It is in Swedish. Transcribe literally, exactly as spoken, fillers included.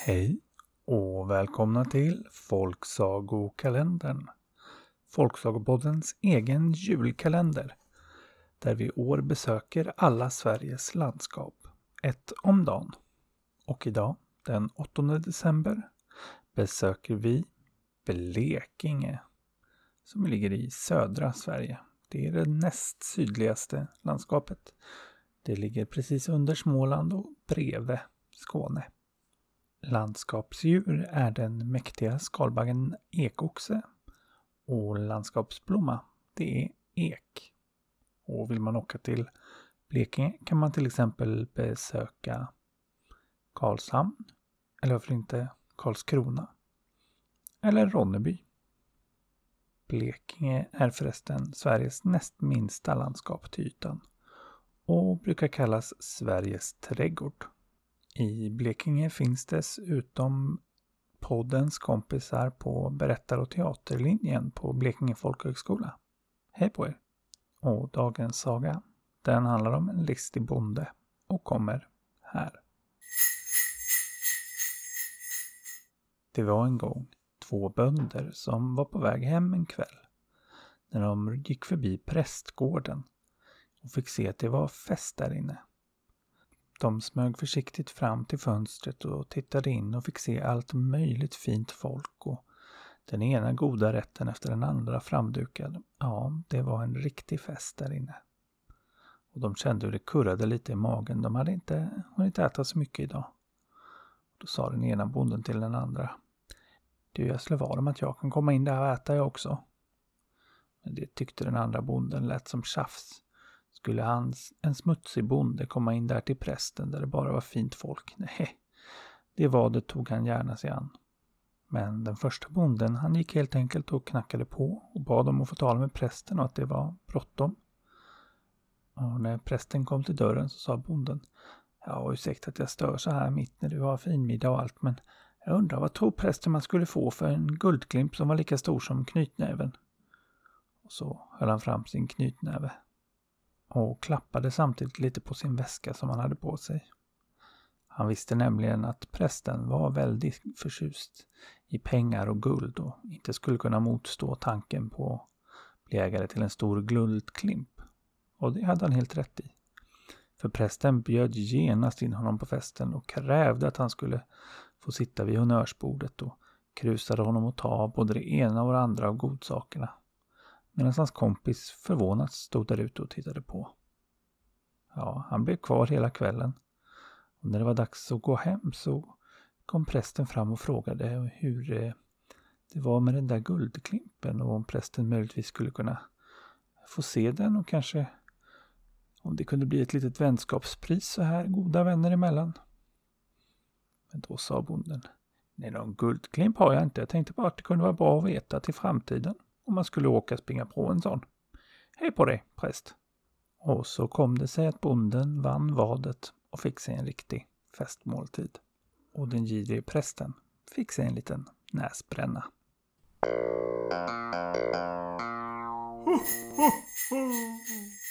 Hej och välkomna till Folksagokalendern. Folksagopoddens egen julkalender. Där vi i år besöker alla Sveriges landskap. Ett om dagen. Och idag, den åttonde december, besöker vi Blekinge. Som ligger i södra Sverige. Det är det näst sydligaste landskapet. Det ligger precis under Småland och bredvid Skåne. Landskapsdjur är den mäktiga skalbaggen ekoxe och landskapsblomma, det är ek. Och vill man åka till Blekinge kan man till exempel besöka Karlshamn, eller varför inte Karlskrona, eller Ronneby. Blekinge är förresten Sveriges näst minsta landskap till ytan och brukar kallas Sveriges trädgård. I Blekinge finns dessutom poddens kompisar på berättar- och teaterlinjen på Blekinge folkhögskola. Hej på er! Och dagens saga, den handlar om en listig bonde och kommer här. Det var en gång två bönder som var på väg hem en kväll när de gick förbi prästgården och fick se att det var fest där inne. De smög försiktigt fram till fönstret och tittade in och fick se allt möjligt fint folk och den ena goda rätten efter den andra framdukad. Ja, det var en riktig fest där inne. Och de kände hur det kurrade lite i magen. De hade inte hunnit äta så mycket idag. Då sa den ena bonden till den andra: Du, jag slår vad om att jag kan komma in där och äta jag också. Men det tyckte den andra bonden lät som tjafs. Skulle han, en smutsig bonde, komma in där till prästen där det bara var fint folk? Nej, det var det tog han gärna sig an. Men den första bonden, han gick helt enkelt och knackade på och bad om att få tala med prästen och att det var bråttom. Och när prästen kom till dörren så sa bonden: Ja, ursäkta att jag stör så här mitt när du har finmiddag och allt, men jag undrar vad tror prästen man skulle få för en guldklimp som var lika stor som knytnäven? Och så höll han fram sin knytnäve och klappade samtidigt lite på sin väska som han hade på sig. Han visste nämligen att prästen var väldigt förtjust i pengar och guld och inte skulle kunna motstå tanken på att bli ägare till en stor guldklimp. Och det hade han helt rätt i. För prästen bjöd genast in honom på festen och krävde att han skulle få sitta vid honnörsbordet och krusade honom att ta både det ena och det andra av godsakerna. Medan hans kompis förvånat stod där ute och tittade på. Ja, han blev kvar hela kvällen. Och när det var dags att gå hem så kom prästen fram och frågade hur det var med den där guldklimpen och om prästen möjligtvis skulle kunna få se den och kanske om det kunde bli ett litet vänskapspris så här goda vänner emellan. Men då sa bonden: Nej, någon guldklimp har jag inte. Jag tänkte bara att det kunde vara bra att veta till framtiden om man skulle åka springa på en sån. Hej på dig, präst. Och så kom det sig att bonden vann vadet och fick sig en riktig festmåltid. Och den girige prästen fick sig en liten näsbränna. Ho, ho, ho.